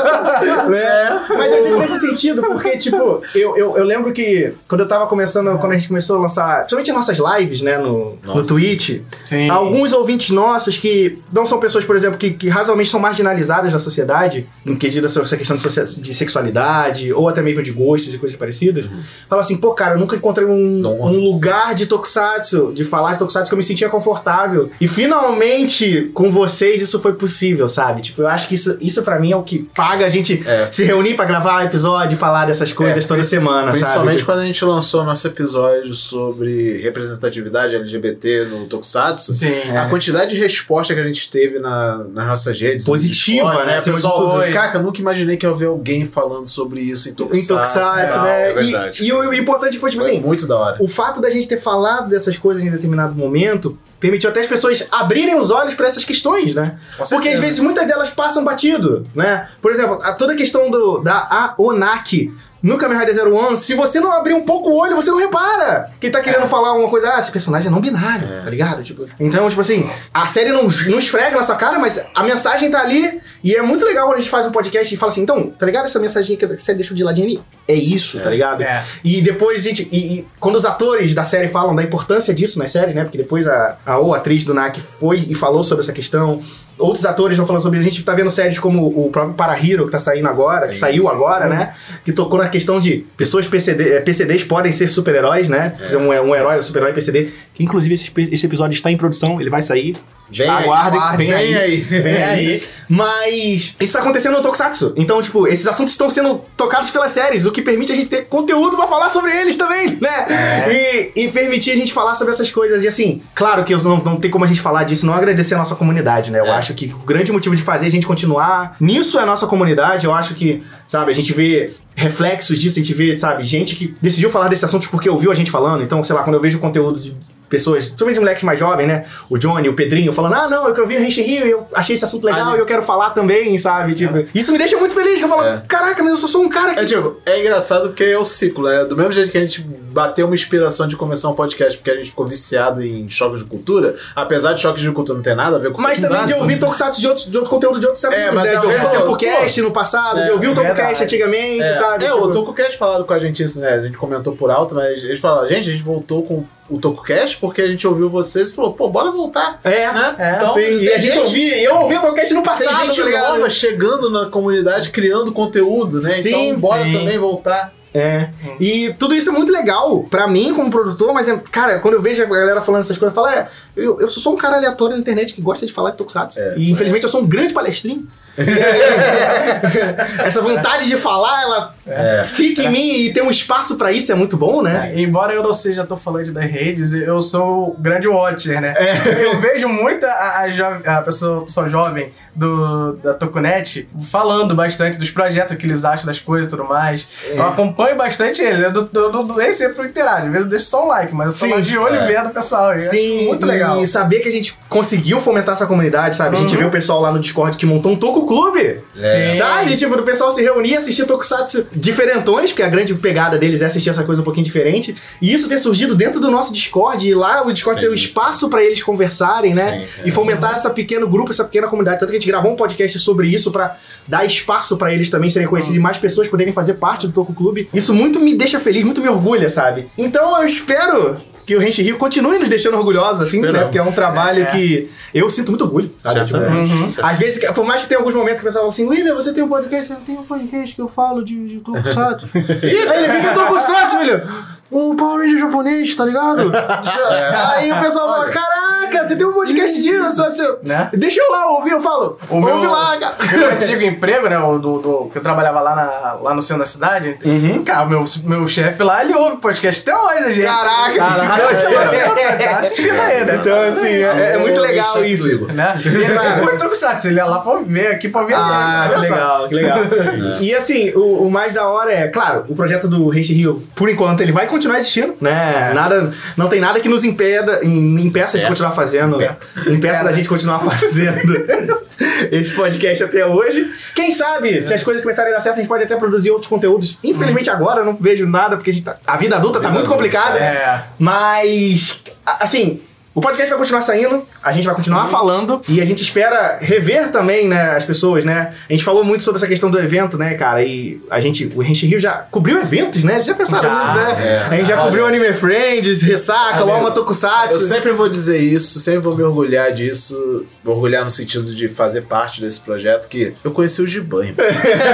né? Mas eu digo nesse sentido, porque, tipo, eu, eu, eu lembro que quando eu tava começando, quando a gente começou a lançar, principalmente nossas lives, né, no, no Nossa. Twitch, Sim. alguns ouvintes nossos que não são pessoas, por exemplo, que, que razoavelmente são marginalizadas na sociedade, em quesito sobre essa questão de, socia- de sexualidade, ou até mesmo de gostos e coisas parecidas, falam assim, pô, cara, eu nunca encontrei um, Nossa. um lugar de Tokusatsu, de falar de Tokusatsu que eu me sentia confortável. E finalmente, com vocês, isso foi possível, sabe? Tipo, eu acho que isso, isso pra mim é o que paga a gente É. se reunir pra gravar episódio e falar dessas coisas É, toda semana, principalmente sabe? Tipo, quando a gente lançou nosso episódio sobre representatividade L G B T no Tokusatsu, Sim, é. a quantidade de resposta que a gente teve na- nas nossas redes. no Positiva, Discord, né? O Acima de pessoal, tudo. caraca, eu nunca imaginei que eu ia ver alguém falando sobre isso em Tokusatsu. em Tokusatsu, é, né? é verdade. E, e o, o importante foi, tipo Foi assim, muito da hora. o fato da gente ter falado dessas coisas em determinado momento permitiu até as pessoas abrirem os olhos pra essas questões, né? Com Porque às certeza. vezes muitas delas passam batido, né? Por exemplo, a, toda a questão do, da Aonaki no Kamen Rider Zero One, se você não abrir um pouco o olho, você não repara. Quem tá querendo falar uma coisa, ah, esse personagem é não binário, tá ligado? Tipo, então, tipo assim, a série não, não esfrega na sua cara, mas a mensagem tá ali e é muito legal quando a gente faz um podcast e fala assim, então, tá ligado essa mensagem que a série deixou de ladinho ali? É isso, tá ligado? É. E depois, gente, e, e quando os atores da série falam da importância disso nas séries, né? Porque depois a, a ou a atriz do N A C foi e falou sobre essa questão. Outros atores estão falando sobre isso. A gente tá vendo séries como o próprio Para Hero, que tá saindo agora, Sim. que saiu agora, né? Que tocou na questão de pessoas P C D, eh, P C Ds podem ser super-heróis, né? É. Um, um herói, um super-herói P C D. Que inclusive esse, esse episódio está em produção, ele vai sair. Vem aí, Aguardem, aguardem, vem, vem aí. aí. Vem aí. Mas isso tá acontecendo no Tokusatsu. Então, tipo, esses assuntos estão sendo tocados pelas séries, o que permite a gente ter conteúdo pra falar sobre eles também, né? É. E, e permitir a gente falar sobre essas coisas. E assim, claro que não, não tem como a gente falar disso, não agradecer a nossa comunidade, né? Eu É. acho que o grande motivo de fazer a gente continuar nisso é a nossa comunidade. Eu acho que, sabe, a gente vê reflexos disso, a gente vê, sabe, gente que decidiu falar desses assuntos porque ouviu a gente falando. Então, sei lá, quando eu vejo conteúdo de pessoas, principalmente moleques mais jovens, né? O Johnny, o Pedrinho, falando, ah, não, eu vi no Henshin Rio e eu achei esse assunto legal Ah, e eu quero falar também, sabe? Tipo, isso me deixa muito feliz, que eu falo, É. caraca, mas eu só sou um cara que... É tipo, é engraçado porque é o ciclo, né? Do mesmo jeito que a gente bateu uma inspiração de começar um podcast porque a gente ficou viciado em choques de cultura, apesar de choques de cultura não ter nada a ver com Mas também de Tokusatsu. ouvir Tokusatsu de, outros, de outro conteúdo de outros amigos, mas né? é De ouvir mesmo, o Tempocast pô. no passado, É, de ouvir o verdade. Tempocast antigamente, É, sabe? é Tipo, o Tokucast falaram com a gente isso, né? A gente comentou por alto, mas eles falaram, gente, a gente voltou com o Tokucast porque a gente ouviu vocês e falou, pô, bora voltar. É, Né? É, Então, sim, e tem a gente gente- ouvia, eu ouvi o Tomcast no Tem passado, gente tá ligado? nova chegando na comunidade, criando conteúdo, né? Sim, então, bora sim. também voltar. É. E tudo isso é muito legal pra mim como produtor, mas, é, cara, quando eu vejo a galera falando essas coisas, eu falo, é, eu, eu sou um cara aleatório na internet que gosta de falar de Tokusatsu. É. E infelizmente eu sou um grande palestrinho. Essa vontade de falar, ela É. fica em mim e ter um espaço pra isso é muito bom, né? Sim, embora eu não seja tão falante das redes, eu sou o grande watcher, né? É. Eu vejo muita a, a, jo- a pessoa, pessoa jovem do, da Tokunet falando bastante dos projetos, o que eles acham das coisas e tudo mais. É. Eu acompanho bastante eles. Eu não- eu não- nem sempre interajo. Às vezes eu deixo só um like, mas eu tô Sim. lá de olho É. vendo o pessoal. Eu Sim, acho muito legal. e saber que a gente conseguiu fomentar essa comunidade, sabe? A gente Uhum. vê o pessoal lá no Discord que montou um Toku Toku Clube. É. Sabe? Tipo, o pessoal se reunia, assistir Tokusatsu diferentões, porque a grande pegada deles é assistir essa coisa um pouquinho diferente. E isso ter surgido dentro do nosso Discord. E lá o Discord ser o espaço pra eles conversarem, né? Sim, e fomentar esse pequeno grupo, essa pequena comunidade. Tanto que a gente gravou um podcast sobre isso pra dar espaço pra eles também serem conhecidos e mais pessoas poderem fazer parte do Toku Clube. Isso muito me deixa feliz, muito me orgulha, sabe? Então eu espero que o Henshin Rio continue nos deixando orgulhosos, assim, Esperamos. né? Porque é um trabalho É. que eu sinto muito orgulho, sabe? Tipo, Certamente. uhum. Às vezes, por mais que tenha alguns momentos que o pessoal fala assim, William, você tem um podcast? Eu tenho um podcast que eu falo de, de Tokusatsu. Aí ele, o que é Tokusatsu, William? O Power Ranger japonês, tá ligado? Aí o pessoal fala, caraca, você tem um podcast disso? Você... Né? Deixa eu lá ouvir, eu falo, O ouve meu- lá, cara. Meu antigo emprego, né? O do, do- que eu trabalhava lá, na, lá no centro da cidade. Cara, meu, meu chefe lá, ele ouve podcast até hoje, a gente. Caraca. Tá assistindo aí, né? Então, assim, é, é muito O legal chefe do isso. Igor. Né? E ele nem muito Tokusatsu, ele ia lá pra ver, aqui pra ver. Ah, olha que só. legal, que legal. E assim, o, o mais da hora é, claro, o projeto do Henshin Rio, por enquanto, ele vai continuar existindo, né? Nada, não tem nada que nos impeda, im- impeça de continuar fazendo, impeça da gente continuar fazendo esse podcast até hoje. Quem sabe, se as coisas começarem a dar certo, a gente pode até produzir outros conteúdos. Infelizmente agora eu não vejo nada, porque a, gente tá- a vida adulta tá muito complicada. É. Mas, a- assim, o podcast vai continuar saindo, a gente vai continuar falando e a gente espera rever também, né, as pessoas, né? A gente falou muito sobre essa questão do evento, né, cara? E a gente, o Henshin Rio já cobriu eventos, né? Vocês já pensaram Já, nisso, né? é. A gente já cobriu Anime Friends, Ressaca, Amigo, o Alma Eu Tokusatsu. sempre vou dizer isso, sempre vou me orgulhar disso, me orgulhar no sentido de fazer parte desse projeto, que eu conheci o Giban, irmão.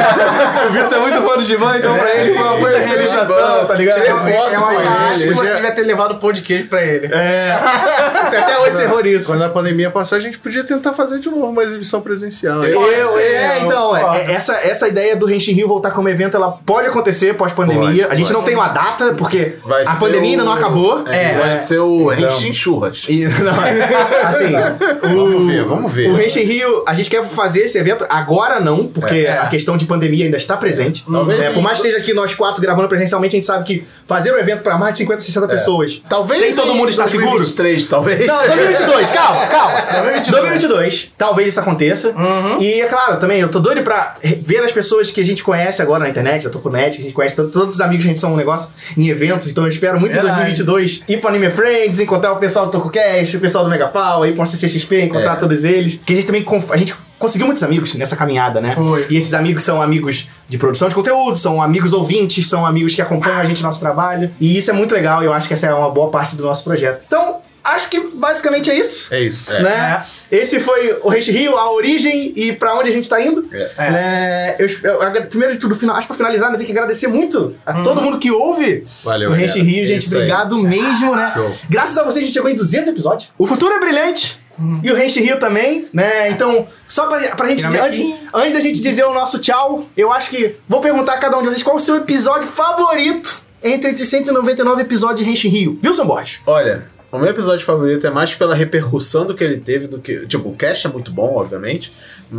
O Wilson é muito fã do Giban, então pra ele foi uma conheci o realização, Giban, tá ligado? tirei É foto uma com ele, acho que ele você já- devia ter levado o pão de queijo pra ele. É. Você até hoje você errou nisso. Quando a pandemia passar, a gente podia tentar fazer de novo uma exibição presencial. Eu- Eu, é, eu- então, é, ó. é, essa, essa ideia do Henshin Rio voltar como evento, ela pode acontecer pós-pandemia. Pode, A gente pode. não tem uma data, porque Vai a ser pandemia ainda o- não acabou. É, vai ser o Henshin Churras. E, não, assim, Vamos ver, vamos ver. o Henshin Rio, a gente quer fazer esse evento agora não, porque a questão de pandemia ainda está presente. Talvez É, por mais que esteja aqui nós quatro gravando presencialmente, a gente sabe que fazer um evento para mais de cinquenta, sessenta pessoas, Talvez sem todo em mundo estar seguro. dois mil e vinte e três, talvez. Não, dois mil e vinte e dois, calma, calma. dois mil e vinte e dois, talvez isso aconteça. E é claro, também, eu tô doido pra ver as pessoas que a gente conhece agora na internet, da Tokunet, que a gente conhece, todos todos os amigos que a gente são um negócio em eventos, então eu espero muito Verdade. em dois mil e vinte e dois ir pro Anime Friends, encontrar o pessoal do TokuCast, o pessoal do Megafal, ir pro C C X P, encontrar É. todos eles. Que a gente também, conf- a gente conseguiu muitos amigos nessa caminhada, né? Foi. E esses amigos são amigos de produção de conteúdo, são amigos ouvintes, são amigos que acompanham a gente no nosso trabalho. E isso é muito legal, e eu acho que essa é uma boa parte do nosso projeto. Então, acho que basicamente é isso. É isso. Né? Esse foi o Henshin Rio, a origem e pra onde a gente tá indo. É. É, eu, eu agra- primeiro de tudo, final, acho que pra finalizar, eu tenho que agradecer muito a todo mundo que ouve Valeu, o Henshin galera. Rio, gente. Isso aí. Obrigado mesmo, né? Show. Graças a vocês, a gente chegou em duzentos episódios. O futuro é brilhante. E o Henshin Rio também, né? Então, só pra, pra gente dizer, antes, antes da gente dizer o nosso tchau, eu acho que vou perguntar a cada um de vocês qual o seu episódio favorito entre esses cento e noventa e nove episódios de Henshin Rio. Wilson Borges. Olha, o meu episódio favorito é mais pela repercussão do que ele teve do que... Tipo, o cast é muito bom, obviamente,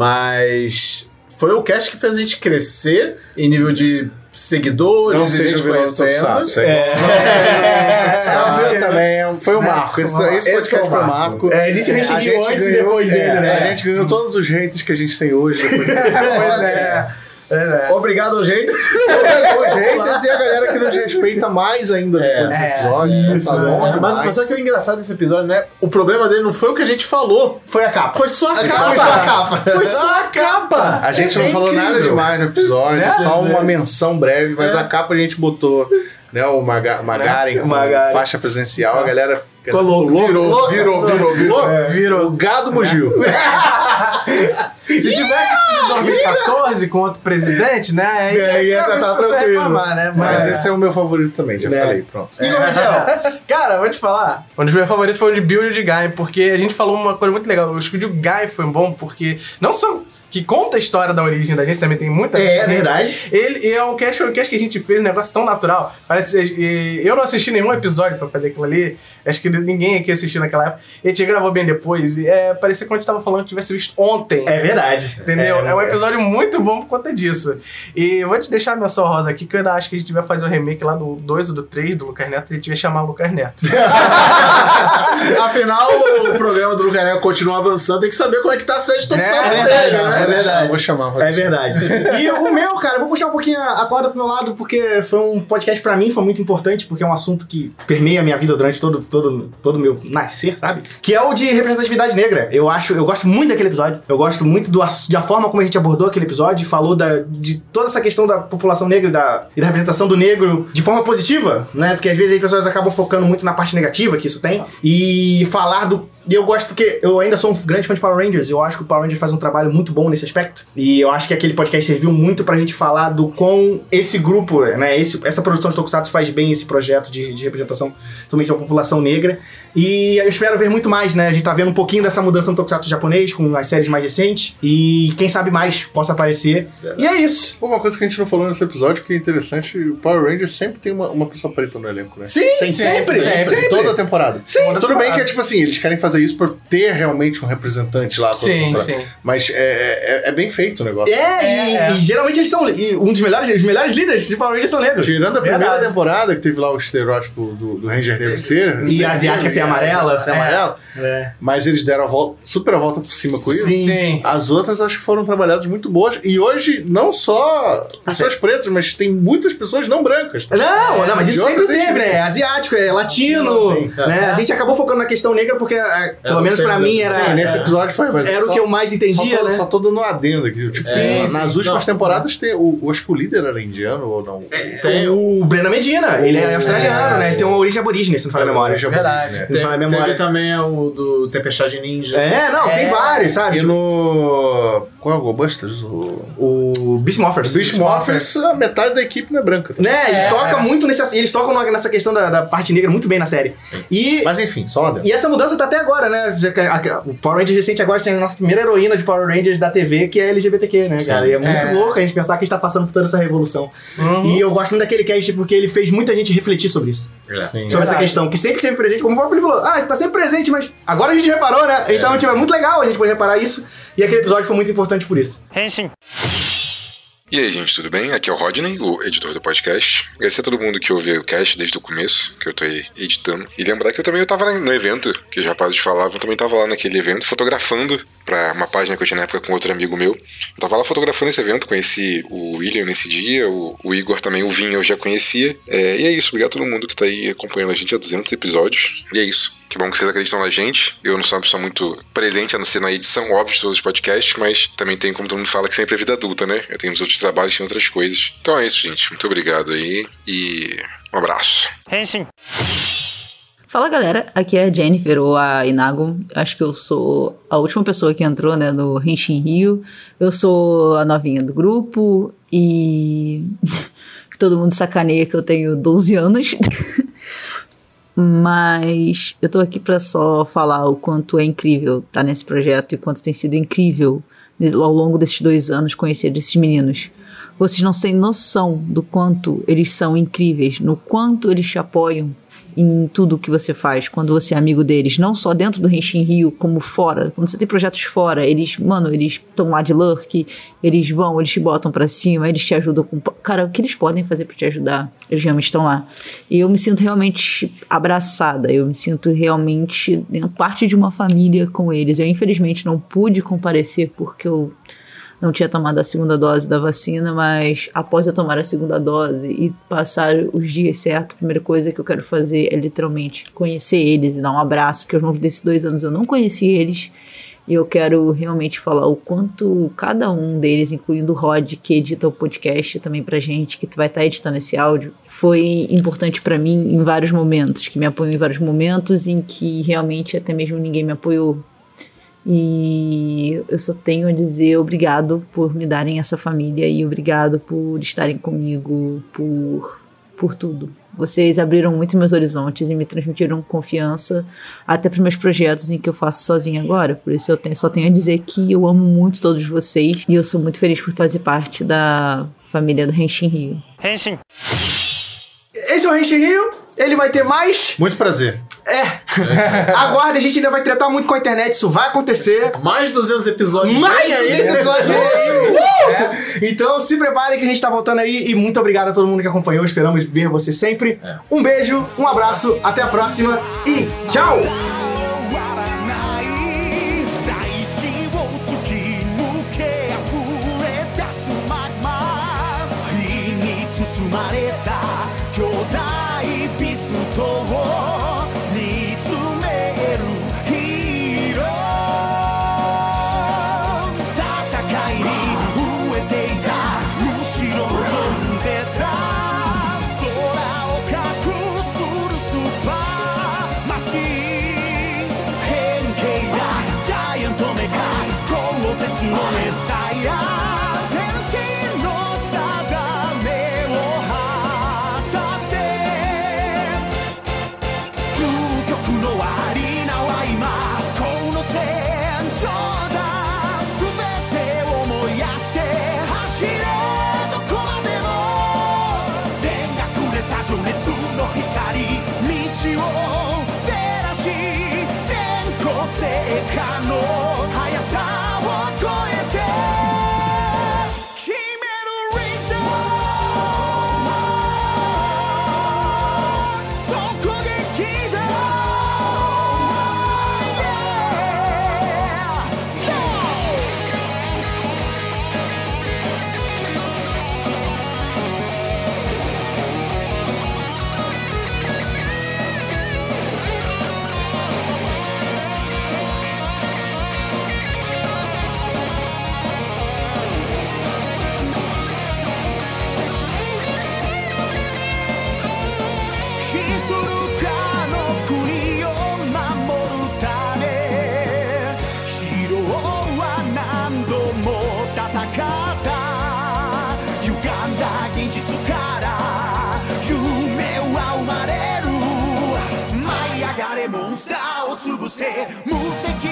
mas foi o cast que fez a gente crescer em nível de seguidores, Não e seja gente o vilão do conhecendo. Tokusatsu. É. É, o meu também foi um marco. Esse, esse Esse podcast foi foi o um marco. marco. É, existe o Henshin A Rio gente antes e ganhou- depois é, dele, né? A gente ganhou todos os haters que a gente tem hoje. Depois desse Pois é. Pois é. Obrigado ao jeito. Os haters e a galera que nos respeita mais ainda depois desse É. episódio. Isso, tá bom é. Mas, demais. mas só que o engraçado desse episódio, né? O problema dele não foi o que a gente falou. Foi a capa. Foi só a Foi capa. só a capa. Foi só a capa. A gente É não falou incrível. nada demais no episódio, Né? só É. uma menção breve, mas É. a capa a gente botou, né, o Maga, Magaren com Magaren. faixa presencial, a galera Ficou louco. Virou, virou, virou, virou. Virou. O gado mugiu. Se tivesse sido dois mil e quatorze com outro presidente, né? Aí É, aí essa talvez tá você tranquilo. reclamar, né? Mas Mas, esse é o meu favorito também, já Né? falei, pronto. Cara, eu vou te falar. Um dos meus favoritos foi o de Build de Guy, porque a gente falou uma coisa muito legal. O estúdio Guy foi bom porque não só que conta a história da origem da gente, também tem muita É, gente. verdade. Ele e é um cast, um cast que a gente fez, um negócio tão natural. Parece, e eu não assisti nenhum episódio pra fazer aquilo ali. Acho que ninguém aqui assistiu naquela época. E a gente gravou bem depois. E é, parecia que a gente tava falando que tivesse visto ontem. É verdade. Entendeu? É, um é. episódio muito bom por conta disso. E eu vou te deixar a menção rosa aqui, que eu ainda acho que a gente vai fazer o remake lá do dois ou do três do Lucas Neto, e a gente vai chamar o Lucas Neto. Afinal, o programa do Lucas Neto continua avançando, tem que saber como é que tá a sede de Tokusatsu É, dele, né? É verdade. Vou chamar. Vou É verdade. E o meu, cara, eu vou puxar um pouquinho a corda pro meu lado, porque foi um podcast pra mim, foi muito importante, porque é um assunto que permeia a minha vida durante todo todo todo meu nascer, sabe? Que é o de representatividade negra. Eu acho, eu gosto muito daquele episódio. Eu gosto muito do, da forma como a gente abordou aquele episódio, falou da, de toda essa questão da população negra e da, e da representação do negro de forma positiva, né? Porque às vezes as pessoas acabam focando muito na parte negativa que isso tem. E falar do... E eu gosto porque eu ainda sou um grande fã de Power Rangers. Eu acho que o Power Rangers faz um trabalho muito bom nesse aspecto. E eu acho que aquele podcast serviu muito pra gente falar do quão esse grupo, né? Esse, essa produção de Tokusatsu faz bem esse projeto de, de representação também da população negra. E eu espero ver muito mais, né? A gente tá vendo um pouquinho dessa mudança no Tokusatsu japonês, com as séries mais recentes. E quem sabe mais possa aparecer. E é isso. Uma coisa que a gente não falou nesse episódio que é interessante, o Power Rangers sempre tem uma, uma pessoa preta no elenco, né? Sim, sempre, sempre. sempre. sempre. Toda a temporada. Sim, Tudo temporada. bem que é tipo assim, eles querem fazer isso por ter realmente um representante lá. Sim, pra... sim. Mas é, é, é bem feito o negócio. É, É, e, é. e geralmente eles são... E um dos melhores, os melhores líderes de Power Rangers são negros. Tirando a primeira Verdade. temporada, que teve lá o estereótipo do, do Ranger negro ser... E a asiática sem amarela. Sem amarela. É. Mas eles deram a volta, super a volta por cima com isso. Sim. Sim. As outras acho que foram trabalhadas muito boas. E hoje, não só pessoas pretas, mas tem muitas pessoas não brancas. Tá? Não, não, mas De isso sempre outras teve, né? É asiático, é latino, Sim, sim. né? A gente acabou focando na questão negra porque, é, pelo o menos pra tema mim, do- era, Sim, nesse episódio foi, mas era o só- que eu mais Só entendia, tô, né? só tô dando um adendo aqui. Tipo, Sim, nas sim. últimas Não. temporadas, tem, o, eu acho que o líder era indiano ou não? Tem O Breno Medina, ele é australiano, É. né? Ele tem uma origem aborígene, se não falha a memória. Já Verdade. né? Se não falha a Teve, memória. teve também o do Tempestade Ninja. É, não, tem É. vários, sabe? E Tipo, no... Qual é o Go-Busters? O... o Beast Morphers. O Beast Morphers, a metade da equipe não é branca. Tá? Né? E É, toca é. muito nesse... Eles tocam nessa questão da, da parte negra muito bem na série. E... Mas enfim, só uma adendo. E essa mudança tá até agora, né? Já que a- a- O Power Rangers recente agora tem a nossa primeira heroína de Power Rangers da T V, que é L G B T Q, né, cara? E é muito É. louco a gente pensar que a gente tá passando por toda essa revolução. Uhum. E eu gosto muito daquele cast porque ele fez muita gente refletir sobre isso. É. Sim. Sobre essa Verdade. questão, que sempre esteve presente, como o próprio falou. Ah, você tá sempre presente, mas agora a gente reparou, né? Então, tipo, é muito legal a gente poder reparar isso. E aquele episódio foi muito importante por isso. E aí, gente, tudo bem? Aqui é o Rodney, o editor do podcast. Agradecer a todo mundo que ouviu o cast desde o começo, que eu tô aí editando. E lembrar que eu também eu tava no evento, que os rapazes falavam, eu também tava lá naquele evento, fotografando pra uma página que eu tinha na época com outro amigo meu. Eu tava lá fotografando esse evento, conheci o William nesse dia, o, o Igor também, o Vinho eu já conhecia. É, e é isso, obrigado a todo mundo que tá aí acompanhando a gente há duzentos episódios. E é isso. Que bom que vocês acreditam na gente. Eu não sou uma pessoa muito presente, a não ser na edição, óbvio, de todos os podcasts, mas também tem, como todo mundo fala, que sempre é vida adulta, né? Eu tenho os outros trabalhos, tenho outras coisas. Então é isso, gente. Muito obrigado aí e um abraço. Fala galera, aqui é a Jennifer ou a Inago. Acho que eu sou a última pessoa que entrou, né, no Henshin Rio. Eu sou a novinha do grupo e todo mundo sacaneia que eu tenho doze anos. Mas eu tô aqui pra só falar o quanto é incrível estar nesse projeto e quanto tem sido incrível ao longo desses dois anos conhecer esses meninos. Vocês não têm noção do quanto eles são incríveis, no quanto eles te apoiam em tudo que você faz, quando você é amigo deles, não só dentro do Henshin Rio, como fora. Quando você tem projetos fora, eles, mano, eles estão lá de lurk, eles vão, eles te botam pra cima, eles te ajudam com... Cara, o que eles podem fazer pra te ajudar? Eles realmente estão lá. E eu me sinto realmente abraçada, eu me sinto realmente parte de uma família com eles. Eu, infelizmente, não pude comparecer porque eu não tinha tomado a segunda dose da vacina, mas após eu tomar a segunda dose e passar os dias certos, a primeira coisa que eu quero fazer é literalmente conhecer eles e dar um abraço, porque ao longo desses dois anos eu não conheci eles, e eu quero realmente falar o quanto cada um deles, incluindo o Rod, que edita o podcast também pra gente, que vai estar editando esse áudio, foi importante pra mim em vários momentos, que me apoiou em vários momentos em que realmente até mesmo ninguém me apoiou. E eu só tenho a dizer obrigado por me darem essa família e obrigado por estarem comigo, por, por tudo. Vocês abriram muito meus horizontes e me transmitiram confiança até para os meus projetos em que eu faço sozinha agora. Por isso eu tenho, só tenho a dizer que eu amo muito todos vocês e eu sou muito feliz por fazer parte da família do Henshin Rio. Esse é o Henshin Rio, ele vai ter mais... Muito prazer. É. Aguarde, a gente ainda vai tratar muito com a internet, isso vai acontecer. Mais duzentos episódios. Mais Vem aí, esse episódio aí. Uh! Então se preparem que a gente tá voltando aí. E muito obrigado a todo mundo que acompanhou. Esperamos ver você sempre. Um beijo, um abraço, até a próxima e tchau! 終わらない大地を突き抜けの速さを超えて決めるリーザー即撃だモンスターを潰せ無敵